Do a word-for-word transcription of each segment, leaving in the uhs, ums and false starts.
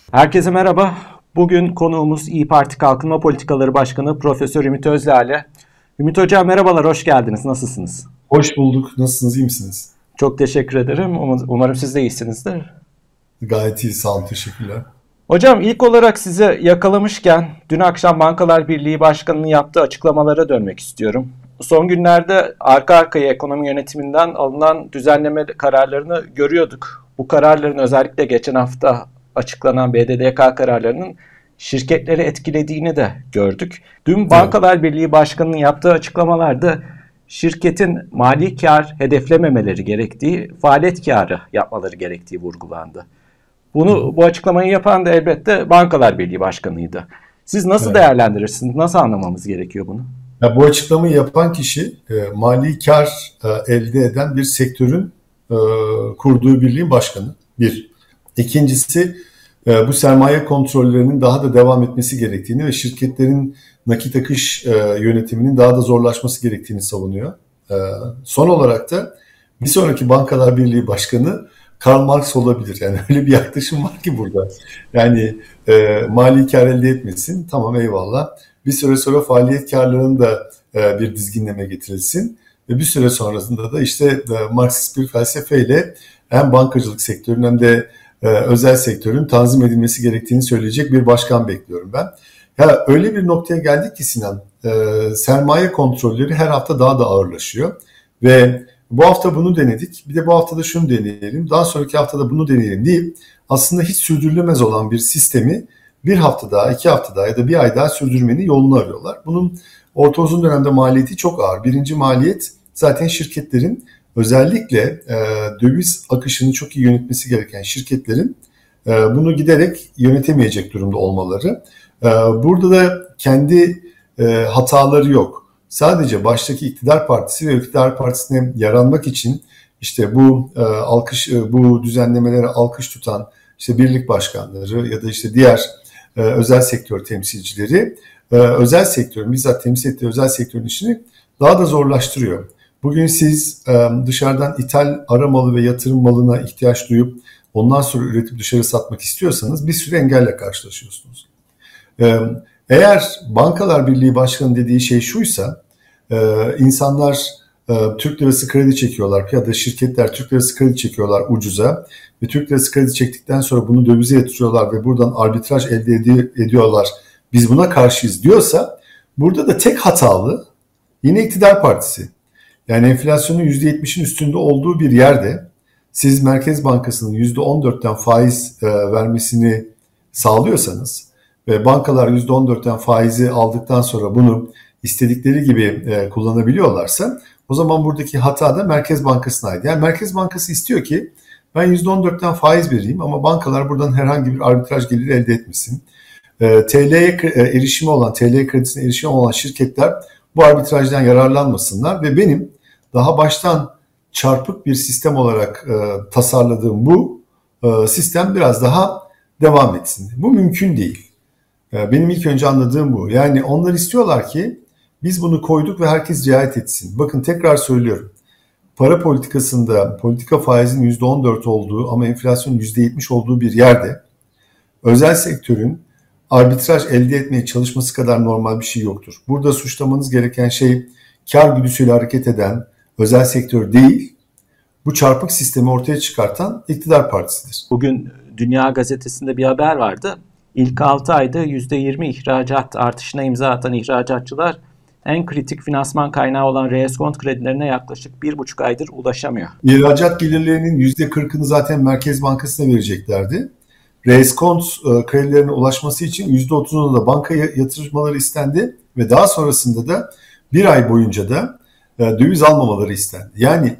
Herkese merhaba. Bugün konuğumuz İYİ Parti Kalkınma Politikaları Başkanı Profesör Ümit Özdağ'le. Ümit Hocam merhabalar, hoş geldiniz. Nasılsınız? Hoş bulduk. Nasılsınız, iyi misiniz? Çok teşekkür ederim. Umarım siz de iyisinizdir. Gayet iyi, sağ olun, teşekkürler. Hocam ilk olarak size yakalamışken dün akşam Bankalar Birliği Başkanı'nın yaptığı açıklamalara dönmek istiyorum. Son günlerde arka arkaya ekonomi yönetiminden alınan düzenleme kararlarını görüyorduk. Bu kararların özellikle geçen hafta açıklanan B D D K kararlarının şirketleri etkilediğini de gördük. Dün Bankalar evet. Birliği Başkanı'nın yaptığı açıklamalarda şirketin mali kar hedeflememeleri gerektiği, faaliyet karı yapmaları gerektiği vurgulandı. Bunu bu açıklamayı yapan da elbette Bankalar Birliği Başkanı'ydı. Siz nasıl evet. değerlendirirsiniz? Nasıl anlamamız gerekiyor bunu? Ya bu açıklamayı yapan kişi e, mali kar e, elde eden bir sektörün e, kurduğu birliğin başkanı. Bir. İkincisi e, bu sermaye kontrollerinin daha da devam etmesi gerektiğini ve şirketlerin nakit akış e, yönetiminin daha da zorlaşması gerektiğini savunuyor. E, son olarak da bir sonraki Bankalar Birliği Başkanı Karl Marx olabilir. Yani öyle bir yaklaşım var ki burada. Yani e, mali kar elde etmesin, tamam eyvallah. Bir süre sonra faaliyet karlarının da e, bir dizginleme getirilsin. Ve bir süre sonrasında da işte e, Marksist bir felsefeyle hem bankacılık sektörünün hem de e, özel sektörün tanzim edilmesi gerektiğini söyleyecek bir başkan bekliyorum ben. Ya öyle bir noktaya geldik ki Sinan, e, sermaye kontrolleri her hafta daha da ağırlaşıyor. Ve bu hafta bunu denedik. Bir de bu hafta da şunu deneyelim. Daha sonraki haftada bunu deneyelim deyip aslında hiç sürdürülemez olan bir sistemi bir hafta daha, iki hafta daha ya da bir ay daha sürdürmenin yolunu arıyorlar. Bunun orta uzun dönemde maliyeti çok ağır. Birinci maliyet zaten şirketlerin özellikle e, döviz akışını çok iyi yönetmesi gereken şirketlerin e, bunu giderek yönetemeyecek durumda olmaları. E, burada da kendi e, hataları yok. Sadece baştaki iktidar partisi ve iktidar partisine yaranmak için işte bu e, alkış e, bu düzenlemelere alkış tutan işte birlik başkanları ya da işte diğer e, özel sektör temsilcileri e, özel sektörün bizzat temsil ettiği özel sektörün işini daha da zorlaştırıyor. Bugün siz e, dışarıdan ithal ara malı ve yatırım malına ihtiyaç duyup ondan sonra üretip dışarı satmak istiyorsanız bir sürü engelle karşılaşıyorsunuz. E, Eğer Bankalar Birliği Başkanı dediği şey şuysa, e, insanlar e, Türk lirası kredi çekiyorlar ya da şirketler Türk lirası kredi çekiyorlar ucuza ve Türk lirası kredi çektikten sonra bunu dövize yatırıyorlar ve buradan arbitraj elde ed- ediyorlar. Biz buna karşıyız diyorsa burada da tek hatalı yine iktidar partisi. Yani enflasyonun yüzde yetmişin üstünde olduğu bir yerde siz Merkez Bankası'nın yüzde on dörtten faiz e, vermesini sağlıyorsanız ve bankalar yüzde on dörtten faizi aldıktan sonra bunu istedikleri gibi e, kullanabiliyorlarsa o zaman buradaki hata da Merkez Bankası'na ait. Yani Merkez Bankası istiyor ki ben yüzde on dörtten faiz vereyim ama bankalar buradan herhangi bir arbitraj geliri elde etmesin. E, T L'ye erişimi olan, T L kredisine erişimi olan şirketler bu arbitrajdan yararlanmasınlar ve benim daha baştan çarpık bir sistem olarak e, tasarladığım bu e, sistem biraz daha devam etsin. Bu mümkün değil. Benim ilk önce anladığım bu. Yani onlar istiyorlar ki biz bunu koyduk ve herkes riayet etsin. Bakın tekrar söylüyorum. Para politikasında politika faizinin yüzde on dört olduğu ama enflasyonun yüzde yetmiş olduğu bir yerde özel sektörün arbitraj elde etmeye çalışması kadar normal bir şey yoktur. Burada suçlamanız gereken şey kar güdüsüyle hareket eden özel sektör değil, bu çarpık sistemi ortaya çıkartan iktidar partisidir. Bugün Dünya Gazetesi'nde bir haber vardı. İlk altı ayda yüzde yirmi ihracat artışına imza atan ihracatçılar en kritik finansman kaynağı olan reeskont kredilerine yaklaşık bir buçuk aydır ulaşamıyor. İhracat gelirlerinin yüzde kırkını zaten Merkez Bankası'na vereceklerdi. Reeskont kredilerine ulaşması için yüzde otuzunu da bankaya yatırmaları istendi ve daha sonrasında da bir ay boyunca da döviz almamaları istendi. Yani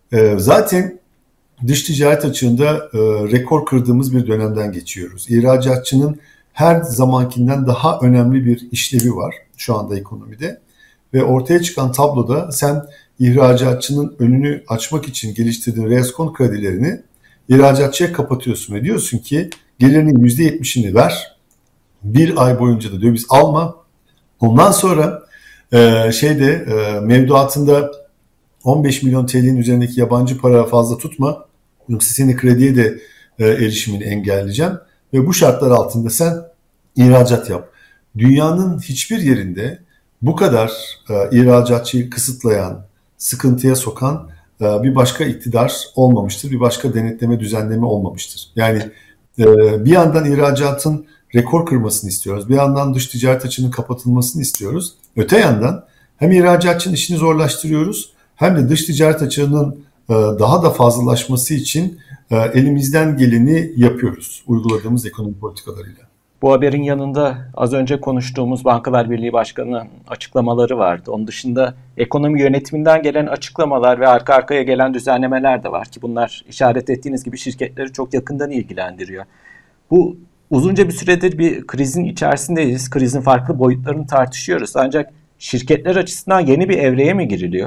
zaten dış ticaret açığında rekor kırdığımız bir dönemden geçiyoruz. İhracatçının her zamankinden daha önemli bir işlevi var şu anda ekonomide. Ve ortaya çıkan tabloda sen ihracatçının önünü açmak için geliştirdiğin reeskont kredilerini ihracatçıya kapatıyorsun ve diyorsun ki gelirinin yüzde yetmişini ver, bir ay boyunca da döviz alma. Ondan sonra e, şeyde e, mevduatında on beş milyon T L'nin üzerindeki yabancı para fazla tutma. Yoksa senin krediye de e, erişimini engelleyeceğim. ve bu şartlar altında sen ihracat yap. Dünyanın hiçbir yerinde bu kadar e, ihracatçıyı kısıtlayan, sıkıntıya sokan e, bir başka iktidar olmamıştır. Bir başka denetleme, düzenleme olmamıştır. Yani e, bir yandan ihracatın rekor kırmasını istiyoruz. Bir yandan dış ticaret açığının kapatılmasını istiyoruz. Öte yandan hem ihracatçının işini zorlaştırıyoruz hem de dış ticaret açığının e, daha da fazlalaşması için e, elimizden geleni yapıyoruz uyguladığımız ekonomi politikalarıyla. Bu haberin yanında az önce konuştuğumuz Bankalar Birliği Başkanı'nın açıklamaları vardı. Onun dışında ekonomi yönetiminden gelen açıklamalar ve arka arkaya gelen düzenlemeler de var ki bunlar işaret ettiğiniz gibi şirketleri çok yakından ilgilendiriyor. Bu uzunca bir süredir bir krizin içerisindeyiz. Krizin farklı boyutlarını tartışıyoruz. Ancak şirketler açısından yeni bir evreye mi giriliyor?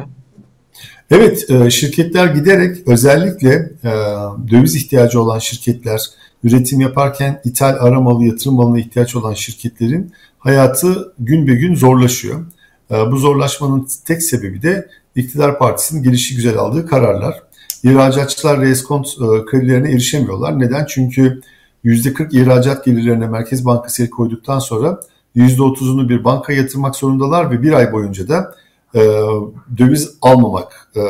Evet, şirketler giderek özellikle döviz ihtiyacı olan şirketler, üretim yaparken ithal ara malı, yatırım malına ihtiyaç olan şirketlerin hayatı gün be gün zorlaşıyor. Bu zorlaşmanın tek sebebi de iktidar partisinin gelişigüzel aldığı kararlar. İhracatçılar reskont kredilerine erişemiyorlar. Neden? Çünkü yüzde kırk ihracat gelirlerine Merkez Bankası el koyduktan sonra yüzde otuzunu bir bankaya yatırmak zorundalar ve bir ay boyunca da e, döviz almamak e,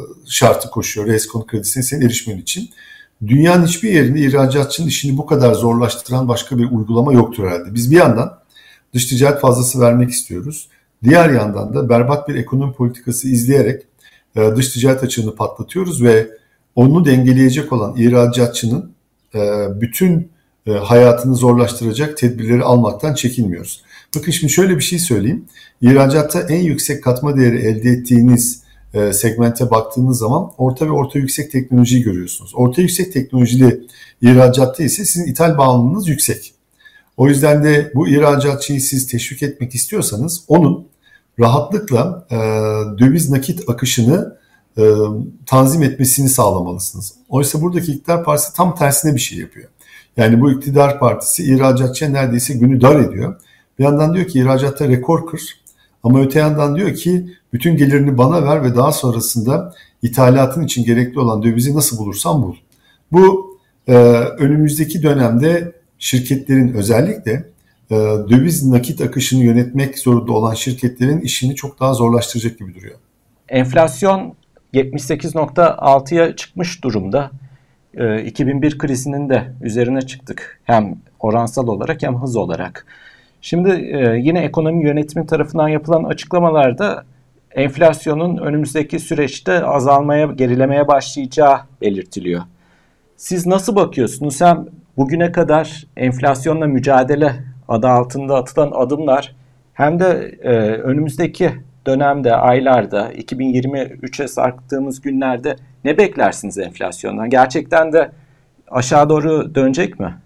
şartı koşuyor reskont kredisine senin erişmen için. Dünyanın hiçbir yerinde ihracatçının işini bu kadar zorlaştıran başka bir uygulama yoktur herhalde. Biz bir yandan dış ticaret fazlası vermek istiyoruz. Diğer yandan da berbat bir ekonomi politikası izleyerek e, dış ticaret açığını patlatıyoruz ve onu dengeleyecek olan ihracatçının e, bütün e, hayatını zorlaştıracak tedbirleri almaktan çekinmiyoruz. Bakın şimdi şöyle bir şey söyleyeyim. İhracatta en yüksek katma değeri elde ettiğiniz e, segmente baktığınız zaman orta ve orta yüksek teknolojiyi görüyorsunuz. Orta yüksek teknolojili ihracatta ise sizin ithal bağımlılığınız yüksek. O yüzden de bu ihracatçıyı siz teşvik etmek istiyorsanız onun rahatlıkla e, döviz nakit akışını e, tanzim etmesini sağlamalısınız. Oysa buradaki iktidar partisi tam tersine bir şey yapıyor. Yani bu iktidar partisi ihracatçıya neredeyse günü dar ediyor. Bir yandan diyor ki ihracatta rekor kır ama öte yandan diyor ki bütün gelirini bana ver ve daha sonrasında ithalatın için gerekli olan dövizi nasıl bulursan bul. Bu e, önümüzdeki dönemde şirketlerin özellikle e, döviz nakit akışını yönetmek zorunda olan şirketlerin işini çok daha zorlaştıracak gibi duruyor. Enflasyon yetmiş sekiz nokta altıya çıkmış durumda. E, iki bin bir krizinin de üzerine çıktık. Hem oransal olarak hem hız olarak. Şimdi e, yine ekonomi yönetimi tarafından yapılan açıklamalarda enflasyonun önümüzdeki süreçte azalmaya, gerilemeye başlayacağı belirtiliyor. Siz nasıl bakıyorsunuz? Hem bugüne kadar enflasyonla mücadele adı altında atılan adımlar hem de e, önümüzdeki dönemde, aylarda, iki bin yirmi üçe sarktığımız günlerde ne beklersiniz enflasyondan? Gerçekten de aşağı doğru dönecek mi?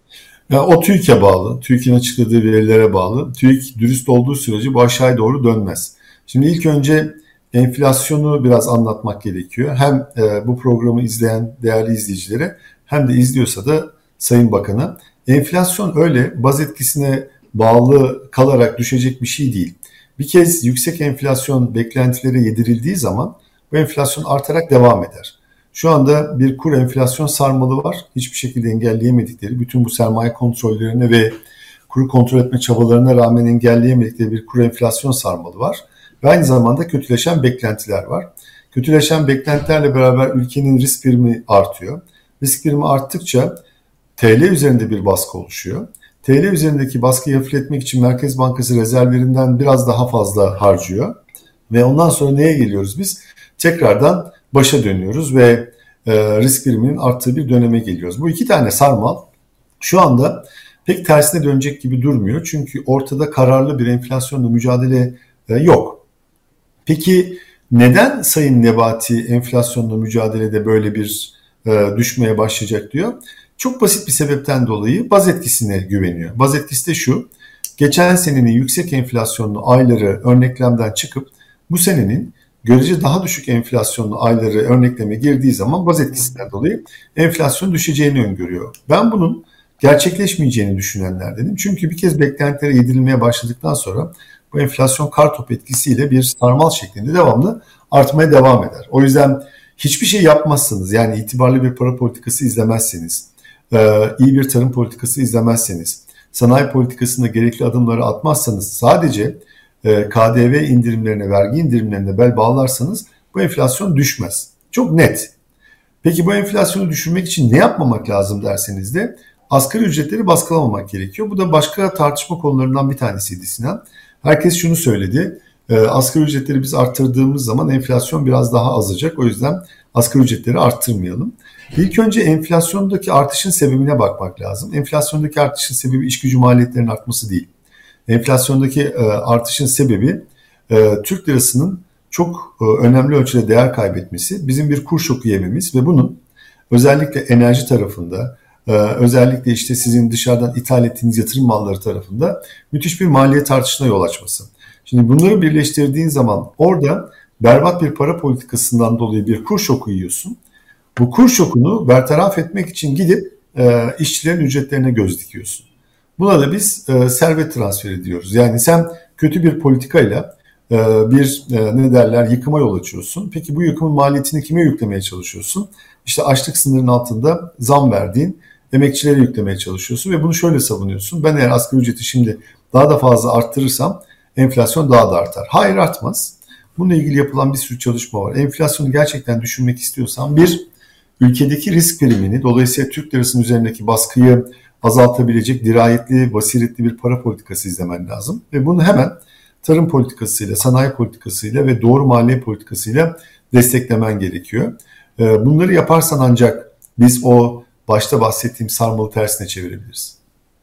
Ya o TÜİK'e bağlı, TÜİK'in açıkladığı verilere bağlı. TÜİK dürüst olduğu sürece bu aşağıya doğru dönmez. Şimdi ilk önce enflasyonu biraz anlatmak gerekiyor. Hem e, bu programı izleyen değerli izleyicilere hem de izliyorsa da Sayın Bakan'a. Enflasyon öyle baz etkisine bağlı kalarak düşecek bir şey değil. Bir kez yüksek enflasyon beklentilere yedirildiği zaman bu enflasyon artarak devam eder. Şu anda bir kur enflasyon sarmalı var. Hiçbir şekilde engelleyemedikleri, bütün bu sermaye kontrollerine ve kuru kontrol etme çabalarına rağmen engelleyemedikleri bir kur enflasyon sarmalı var. Ve aynı zamanda kötüleşen beklentiler var. Kötüleşen beklentilerle beraber ülkenin risk primi artıyor. Risk primi arttıkça T L üzerinde bir baskı oluşuyor. T L üzerindeki baskıyı hafifletmek için Merkez Bankası rezervlerinden biraz daha fazla harcıyor. Ve ondan sonra neye geliyoruz biz? Tekrardan başa dönüyoruz ve e, risk priminin arttığı bir döneme geliyoruz. Bu iki tane sarmal şu anda pek tersine dönecek gibi durmuyor. Çünkü ortada kararlı bir enflasyonla mücadele e, yok. Peki neden Sayın Nebati enflasyonla mücadelede böyle bir e, düşmeye başlayacak diyor? Çok basit bir sebepten dolayı baz etkisine güveniyor. Baz etkisi de şu, geçen senenin yüksek enflasyonlu ayları örneklemden çıkıp bu senenin görece daha düşük enflasyonlu ayları örnekleme girdiği zaman baz etkisinden dolayı enflasyon düşeceğini öngörüyor. Ben bunun gerçekleşmeyeceğini düşünenlerdenim. Çünkü bir kez beklentilere yedirilmeye başladıktan sonra bu enflasyon kartop etkisiyle bir sarmal şeklinde devamlı artmaya devam eder. O yüzden hiçbir şey yapmazsanız, yani itibarlı bir para politikası izlemezseniz, iyi bir tarım politikası izlemezseniz, sanayi politikasında gerekli adımları atmazsanız, sadece K D V indirimlerine, vergi indirimlerine bel bağlarsanız bu enflasyon düşmez. Çok net. Peki bu enflasyonu düşürmek için ne yapmamak lazım derseniz de asgari ücretleri baskılamamak gerekiyor. Bu da başka tartışma konularından bir tanesiydi Sinan. Herkes şunu söyledi. E, asgari ücretleri biz arttırdığımız zaman enflasyon biraz daha azacak. O yüzden asgari ücretleri arttırmayalım. İlk önce enflasyondaki artışın sebebine bakmak lazım. Enflasyondaki artışın sebebi iş gücü maliyetlerinin artması değil. Enflasyondaki e, artışın sebebi e, Türk lirasının çok e, önemli ölçüde değer kaybetmesi, bizim bir kur şoku yememiz ve bunun özellikle enerji tarafında, e, özellikle işte sizin dışarıdan ithal ettiğiniz yatırım malları tarafında müthiş bir maliyet artışına yol açması. Şimdi bunları birleştirdiğin zaman orada berbat bir para politikasından dolayı bir kur şoku yiyorsun. Bu kur şokunu bertaraf etmek için gidip e, işçilerin ücretlerine göz dikiyorsun. Buna da biz e, servet transferi diyoruz. Yani sen kötü bir politikayla e, bir e, ne derler yıkıma yol açıyorsun. Peki bu yıkımın maliyetini kime yüklemeye çalışıyorsun? İşte açlık sınırının altında zam verdiğin emekçilere yüklemeye çalışıyorsun ve bunu şöyle savunuyorsun. Ben eğer asgari ücreti şimdi daha da fazla arttırırsam enflasyon daha da artar. Hayır, artmaz. Bununla ilgili yapılan bir sürü çalışma var. Enflasyonu gerçekten düşürmek istiyorsan bir, ülkedeki risk primini, dolayısıyla Türk lirasının üzerindeki baskıyı azaltabilecek dirayetli, basiretli bir para politikası izlemen lazım. Ve bunu hemen tarım politikasıyla, sanayi politikasıyla ve doğru maliye politikasıyla desteklemen gerekiyor. Bunları yaparsan ancak biz o başta bahsettiğim sarmalı tersine çevirebiliriz.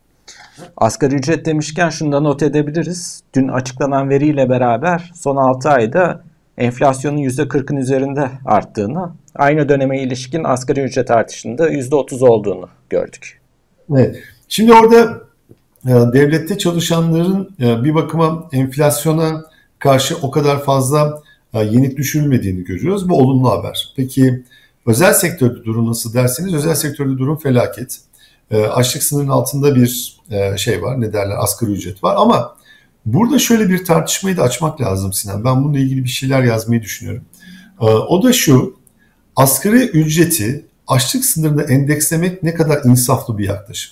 Asgari ücret demişken şunu da not edebiliriz. Dün açıklanan veriyle beraber son altı ayda enflasyonun yüzde kırkın üzerinde arttığını, aynı döneme ilişkin asgari ücret artışında yüzde otuz olduğunu gördük. Evet. Şimdi orada devlette çalışanların bir bakıma enflasyona karşı o kadar fazla yenik düşürülmediğini görüyoruz. Bu olumlu haber. Peki özel sektörde durum nasıl derseniz, özel sektörde durum felaket. Açlık sınırının altında bir şey var, ne derler, asgari ücret var. Ama burada şöyle bir tartışmayı da açmak lazım Sinan. Ben bununla ilgili bir şeyler yazmayı düşünüyorum. O da şu, asgari ücreti açlık sınırında endekslemek ne kadar insaflı bir yaklaşım.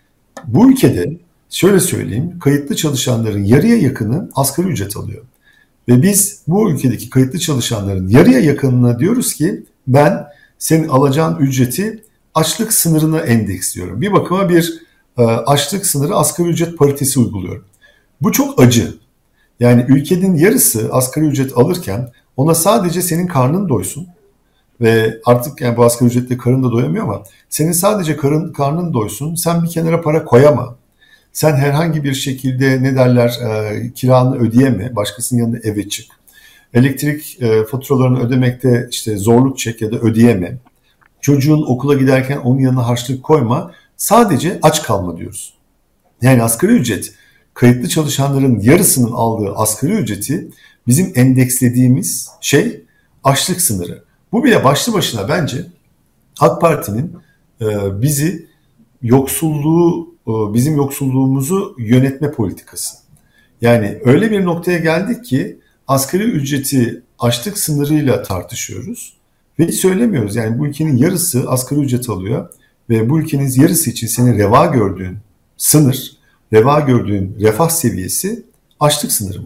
Bu ülkede şöyle söyleyeyim, kayıtlı çalışanların yarıya yakını asgari ücret alıyor. Ve biz bu ülkedeki kayıtlı çalışanların yarıya yakınına diyoruz ki ben senin alacağın ücreti açlık sınırına endeksliyorum. Bir bakıma bir e, açlık sınırı asgari ücret paritesi uyguluyorum. Bu çok acı. Yani ülkenin yarısı asgari ücret alırken ona sadece senin karnın doysun. Ve artık yani bu asgari ücretle karın da doyamıyor ama senin sadece karın, karnın doysun. Sen bir kenara para koyama. Sen herhangi bir şekilde ne derler e, kiranı ödeyeme. Başkasının yanında eve çık. Elektrik e, faturalarını ödemekte işte zorluk çek ya da ödeyeme. Çocuğun okula giderken onun yanına harçlık koyma. Sadece aç kalma diyoruz. Yani asgari ücret kayıtlı çalışanların yarısının aldığı asgari ücreti bizim endekslediğimiz şey açlık sınırı. Bu bile başlı başına bence AK Parti'nin e, bizi yoksulluğu, e, bizim yoksulluğumuzu yönetme politikası. Yani öyle bir noktaya geldik ki asgari ücreti açlık sınırıyla tartışıyoruz ve hiç söylemiyoruz. Yani bu ülkenin yarısı asgari ücret alıyor ve bu ülkenin yarısı için senin reva gördüğün sınır, reva gördüğün refah seviyesi açlık sınırı mı?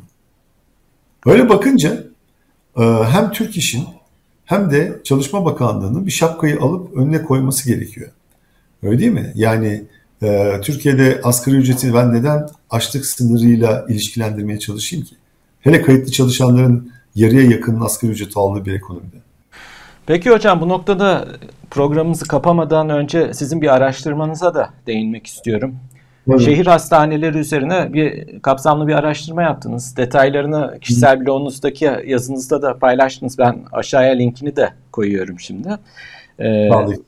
Böyle bakınca e, hem Türk İş'in hem de Çalışma Bakanlığı'nın bir şapkayı alıp önüne koyması gerekiyor. Öyle değil mi? Yani e, Türkiye'de asgari ücreti ben neden açlık sınırıyla ilişkilendirmeye çalışayım ki? Hele kayıtlı çalışanların yarıya yakın asgari ücret aldığı bir ekonomide. Peki hocam, bu noktada programımızı kapamadan önce sizin bir araştırmanıza da değinmek istiyorum. Evet. Şehir hastaneleri üzerine bir kapsamlı bir araştırma yaptınız. Detaylarını kişisel blogunuzdaki yazınızda da paylaştınız. Ben aşağıya linkini de koyuyorum şimdi. Ee,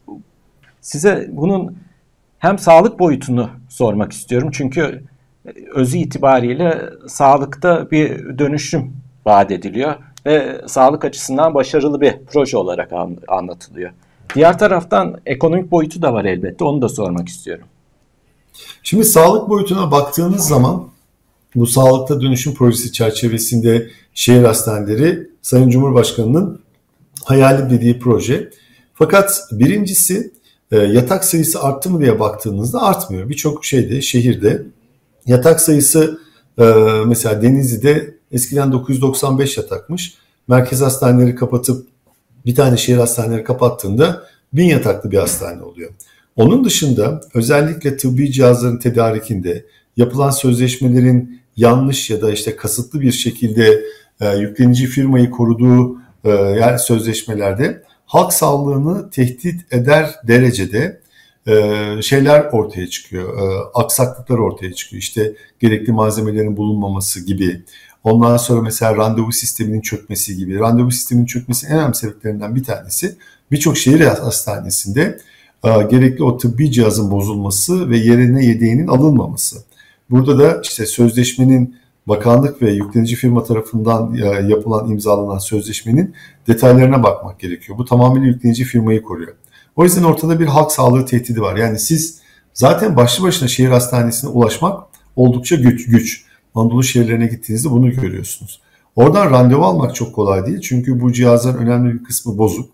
size bunun hem sağlık boyutunu sormak istiyorum. Çünkü özü itibariyle sağlıkta bir dönüşüm vaat ediliyor ve sağlık açısından başarılı bir proje olarak anlatılıyor. Diğer taraftan ekonomik boyutu da var elbette. Onu da sormak istiyorum. Şimdi sağlık boyutuna baktığınız zaman bu sağlıkta dönüşüm projesi çerçevesinde şehir hastaneleri Sayın Cumhurbaşkanı'nın hayali dediği proje. Fakat birincisi E, yatak sayısı arttı mı diye baktığınızda artmıyor. Birçok şeyde, şehirde yatak sayısı e, mesela Denizli'de eskiden dokuz yüz doksan beş yatakmış. Merkez hastaneleri kapatıp bir tane şehir hastaneleri kapattığında bin yataklı bir hastane oluyor. Onun dışında özellikle tıbbi cihazların tedarikinde yapılan sözleşmelerin yanlış ya da işte kasıtlı bir şekilde e, yüklenici firmayı koruduğu e, yani sözleşmelerde halk sağlığını tehdit eder derecede e, şeyler ortaya çıkıyor. E, aksaklıklar ortaya çıkıyor. İşte gerekli malzemelerin bulunmaması gibi. Ondan sonra mesela randevu sisteminin çökmesi gibi. Randevu sisteminin çökmesinin en önemli sebeplerinden bir tanesi birçok şehir hastanesinde e, gerekli o tıbbi cihazın bozulması ve yerine yedeğinin alınmaması. Burada da işte sözleşmenin bakanlık ve yüklenici firma tarafından e, yapılan, imzalanan sözleşmenin detaylarına bakmak gerekiyor. Bu tamamıyla yüklenici firmayı koruyor. O yüzden ortada bir halk sağlığı tehdidi var. Yani siz zaten başlı başına şehir hastanesine ulaşmak oldukça güç. güç. Anadolu şehirlerine gittiğinizde bunu görüyorsunuz. Oradan randevu almak çok kolay değil. Çünkü bu cihazların önemli bir kısmı bozuk.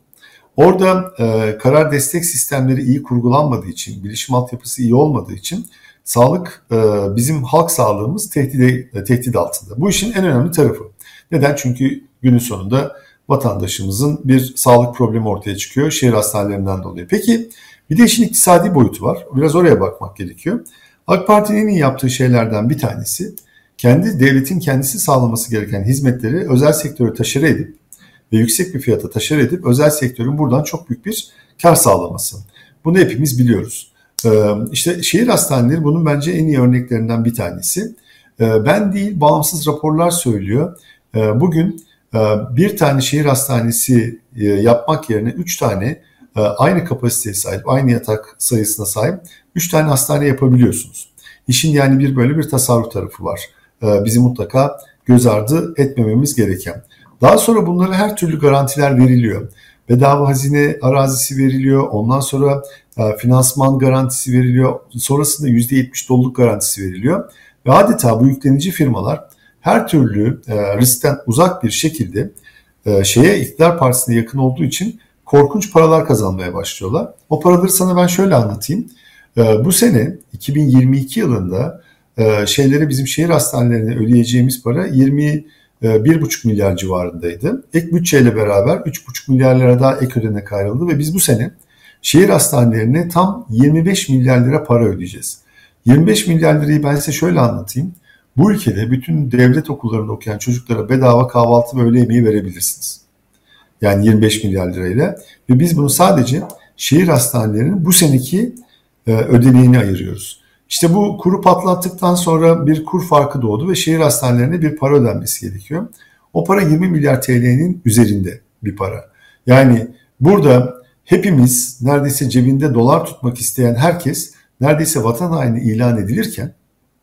Orada e, karar destek sistemleri iyi kurgulanmadığı için, bilişim altyapısı iyi olmadığı için sağlık, e, bizim halk sağlığımız tehdit, e, tehdit altında. Bu işin en önemli tarafı. Neden? Çünkü günün sonunda vatandaşımızın bir sağlık problemi ortaya çıkıyor şehir hastanelerinden dolayı. Peki bir de işin iktisadi boyutu var. Biraz oraya bakmak gerekiyor. AK Parti'nin en iyi yaptığı şeylerden bir tanesi, kendi devletin kendisi sağlaması gereken hizmetleri özel sektöre taşır edip ve yüksek bir fiyata taşır edip özel sektörün buradan çok büyük bir kar sağlaması. Bunu hepimiz biliyoruz. Ee, işte şehir hastaneleri bunun bence en iyi örneklerinden bir tanesi. Ee, ben değil, bağımsız raporlar söylüyor. Ee, bugün e, bir tane şehir hastanesi e, yapmak yerine üç tane e, aynı kapasiteye sahip, aynı yatak sayısına sahip üç tane hastane yapabiliyorsunuz. İşin yani bir böyle bir tasarruf tarafı var. Bizi mutlaka göz ardı etmememiz gereken. Daha sonra bunlara her türlü garantiler veriliyor. Bedava hazine arazisi veriliyor. Ondan sonra finansman garantisi veriliyor. Sonrasında yüzde yetmiş doluluk garantisi veriliyor. Ve adeta bu yüklenici firmalar her türlü riskten uzak bir şekilde şeye, iktidar partisine yakın olduğu için korkunç paralar kazanmaya başlıyorlar. O paraları sana ben şöyle anlatayım. Bu sene iki bin yirmi iki yılında şeylere, bizim şehir hastanelerine ödeyeceğimiz para yirmi bir buçuk milyar civarındaydı. Ek bütçeyle beraber üç buçuk milyar lira daha ek ödenek ayrıldı ve biz bu sene şehir hastanelerine tam yirmi beş milyar lira para ödeyeceğiz. yirmi beş milyar lirayı ben size şöyle anlatayım. Bu ülkede bütün devlet okullarında okuyan çocuklara bedava kahvaltı ve öğle yemeği verebilirsiniz. Yani yirmi beş milyar lirayla ve biz bunu sadece şehir hastanelerinin bu seneki ödeneğini ayırıyoruz. İşte bu kuru patlattıktan sonra bir kur farkı doğdu ve şehir hastanelerine bir para ödenmesi gerekiyor. O para yirmi milyar T L'nin üzerinde bir para. Yani burada hepimiz, neredeyse cebinde dolar tutmak isteyen herkes neredeyse vatan haini ilan edilirken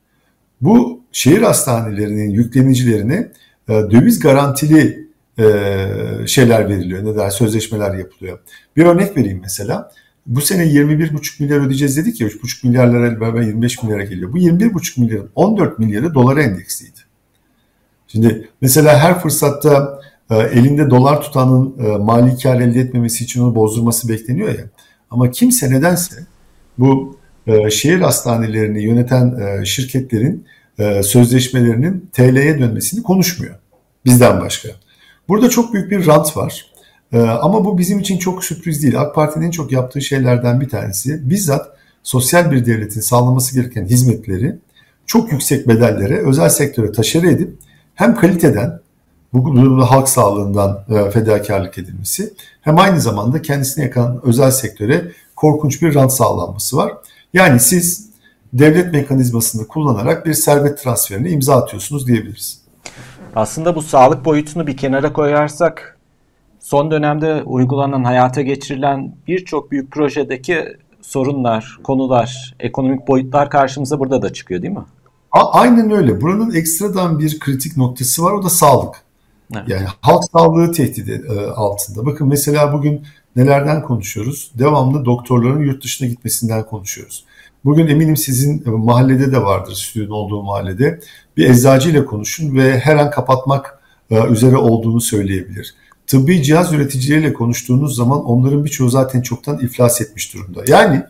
bu şehir hastanelerinin yüklenicilerine e, döviz garantili e, şeyler veriliyor. Ne der? Sözleşmeler yapılıyor. Bir örnek vereyim mesela. Bu sene yirmi bir buçuk milyar ödeyeceğiz dedik ya, üç buçuk milyar lira beraber yirmi beş milyara geliyor. Bu yirmi bir buçuk milyarın on dört milyarı dolara endeksliydi. Şimdi mesela her fırsatta e, elinde dolar tutanın e, mali kar elde etmemesi için onu bozdurması bekleniyor ya. Ama kimse nedense bu e, şehir hastanelerini yöneten e, şirketlerin e, sözleşmelerinin T L'ye dönmesini konuşmuyor. Bizden başka. Burada çok büyük bir rant var. Ee, ama bu bizim için çok sürpriz değil. AK Parti'nin en çok yaptığı şeylerden bir tanesi, bizzat sosyal bir devletin sağlaması gereken hizmetleri çok yüksek bedellere özel sektöre taşır edip hem kaliteden, bu durumda halk sağlığından e, fedakarlık edilmesi, hem aynı zamanda kendisine yakın özel sektöre korkunç bir rant sağlanması var. Yani siz devlet mekanizmasını kullanarak bir servet transferine imza atıyorsunuz diyebiliriz. Aslında bu sağlık boyutunu bir kenara koyarsak, son dönemde uygulanan, hayata geçirilen birçok büyük projedeki sorunlar, konular, ekonomik boyutlar karşımıza burada da çıkıyor değil mi? A- aynen öyle. Buranın ekstradan bir kritik noktası var, o da sağlık. Evet. Yani halk sağlığı tehdidi e, altında. Bakın mesela bugün nelerden konuşuyoruz? Devamlı doktorların yurt dışına gitmesinden konuşuyoruz. Bugün eminim sizin mahallede de vardır, stüdyonun olduğu mahallede. Bir eczacıyla konuşun ve her an kapatmak e, üzere olduğunu söyleyebilir. tıbbi cihaz üreticileriyle konuştuğunuz zaman onların birçoğu zaten çoktan iflas etmiş durumda. Yani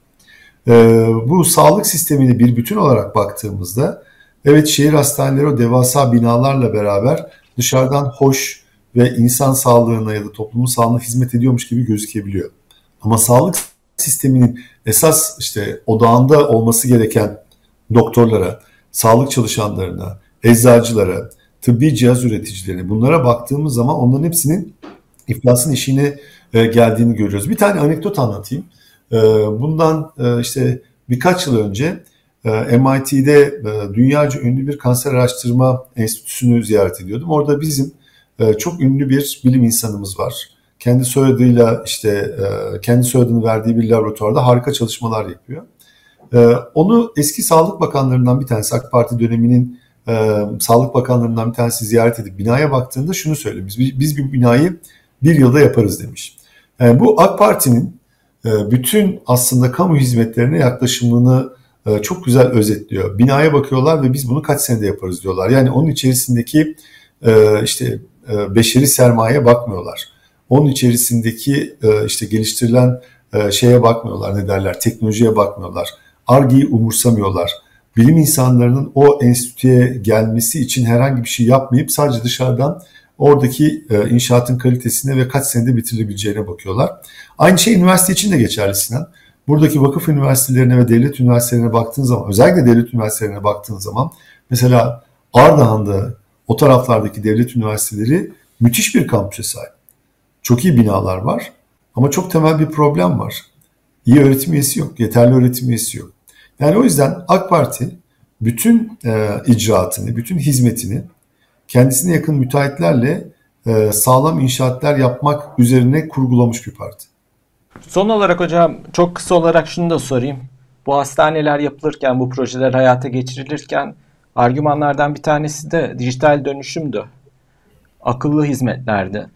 e, bu sağlık sistemini bir bütün olarak baktığımızda evet, şehir hastaneleri o devasa binalarla beraber dışarıdan hoş ve insan sağlığına ya da toplumun sağlığına hizmet ediyormuş gibi gözükebiliyor. Ama sağlık sisteminin esas işte odağında olması gereken doktorlara, sağlık çalışanlarına, eczacılara, tıbbi cihaz üreticilerine, bunlara baktığımız zaman onların hepsinin iflasın eşiğine e, geldiğini görüyoruz. Bir tane anekdot anlatayım. E, bundan e, işte birkaç yıl önce e, M I T'de e, dünyaca ünlü bir kanser araştırma enstitüsünü ziyaret ediyordum. Orada bizim e, çok ünlü bir bilim insanımız var. Kendi soyadıyla işte e, kendi soyadını verdiği bir laboratuvarda harika çalışmalar yapıyor. E, onu eski Sağlık Bakanlarından bir tanesi, AK Parti döneminin e, Sağlık Bakanlarından bir tanesi ziyaret edip binaya baktığında şunu söylemiş: Biz, biz bir binayı bir yılda yaparız demiş. Yani bu AK Parti'nin e, bütün aslında kamu hizmetlerine yaklaşımını e, çok güzel özetliyor. Binaya bakıyorlar ve biz bunu kaç senede yaparız diyorlar. Yani onun içerisindeki e, işte e, beşeri sermayeye bakmıyorlar. Onun içerisindeki e, işte geliştirilen e, şeye bakmıyorlar, ne derler, teknolojiye bakmıyorlar. Ar-Ge'yi umursamıyorlar. Bilim insanlarının o enstitüye gelmesi için herhangi bir şey yapmayıp sadece dışarıdan oradaki e, inşaatın kalitesine ve kaç senede bitirilebileceğine bakıyorlar. Aynı şey üniversite için de geçerli Sinan. Buradaki vakıf üniversitelerine ve devlet üniversitelerine baktığın zaman, özellikle devlet üniversitelerine baktığın zaman, mesela Ardahan'da o taraflardaki devlet üniversiteleri müthiş bir kampüse sahip. Çok iyi binalar var ama çok temel bir problem var. İyi öğretim üyesi yok, yeterli öğretim üyesi yok. Yani o yüzden AK Parti bütün e, icraatını, bütün hizmetini kendisine yakın müteahhitlerle e, sağlam inşaatlar yapmak üzerine kurgulamış bir parti. Son olarak hocam, çok kısa olarak şunu da sorayım. Bu hastaneler yapılırken, bu projeler hayata geçirilirken argümanlardan bir tanesi de dijital dönüşümdü. Akıllı hizmetlerdi.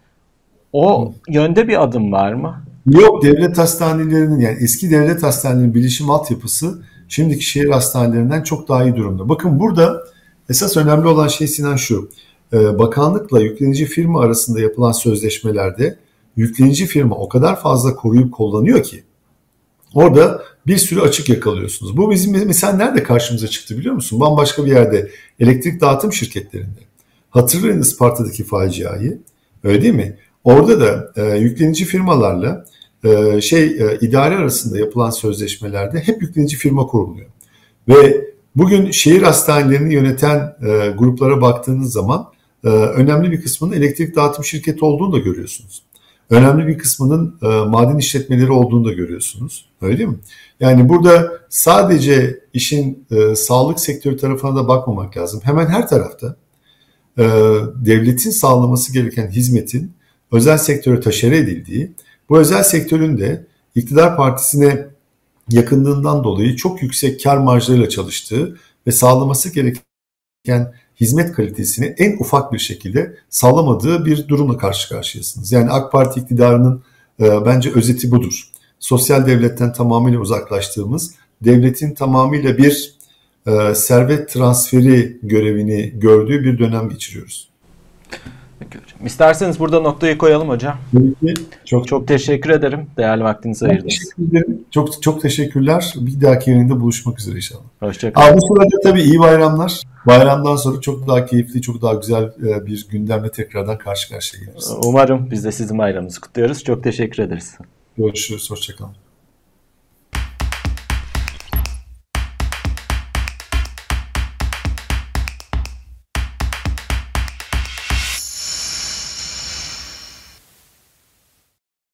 O yönde bir adım var mı? Yok, devlet hastanelerinin, yani eski devlet hastanelerinin bilişim altyapısı şimdiki şehir hastanelerinden çok daha iyi durumda. Bakın burada esas önemli olan şey Sinan şu: bakanlıkla yüklenici firma arasında yapılan sözleşmelerde yüklenici firma o kadar fazla koruyup kullanıyor ki orada bir sürü açık yakalıyorsunuz. Bu bizim mesela nerede karşımıza çıktı biliyor musun? Bambaşka bir yerde, elektrik dağıtım şirketlerinde. Hatırlayın Isparta'daki faciayı, öyle değil mi? Orada da e, yüklenici firmalarla e, şey e, idare arasında yapılan sözleşmelerde hep yüklenici firma kuruluyor. Ve bugün şehir hastanelerini yöneten e, gruplara baktığınız zaman e, önemli bir kısmının elektrik dağıtım şirketi olduğunu da görüyorsunuz. Önemli bir kısmının e, maden işletmeleri olduğunu da görüyorsunuz. Öyle değil mi? Yani burada sadece işin e, sağlık sektörü tarafına da bakmamak lazım. Hemen her tarafta e, devletin sağlaması gereken hizmetin özel sektöre taşere edildiği, bu özel sektörün de iktidar partisine yakınlığından dolayı çok yüksek kar marjlarıyla çalıştığı ve sağlaması gereken hizmet kalitesini en ufak bir şekilde sağlamadığı bir durumla karşı karşıyasınız. Yani AK Parti iktidarının e, bence özeti budur. Sosyal devletten tamamıyla uzaklaştığımız, devletin tamamıyla bir e, servet transferi görevini gördüğü bir dönem geçiriyoruz. Peki hocam. İsterseniz burada noktayı koyalım hocam. Çok çok teşekkür ederim. Değerli vaktinizi ayırdınız. Teşekkür ederim. Çok çok teşekkürler. Bir dahaki yayında buluşmak üzere inşallah. Hoşçakalın. Bu sırada tabii iyi bayramlar. Bayramdan sonra çok daha keyifli, çok daha güzel bir gündemle tekrardan karşı karşıya geliriz. Umarım biz de sizin bayramınızı kutluyoruz. Çok teşekkür ederiz. Görüşürüz. Hoşçakalın.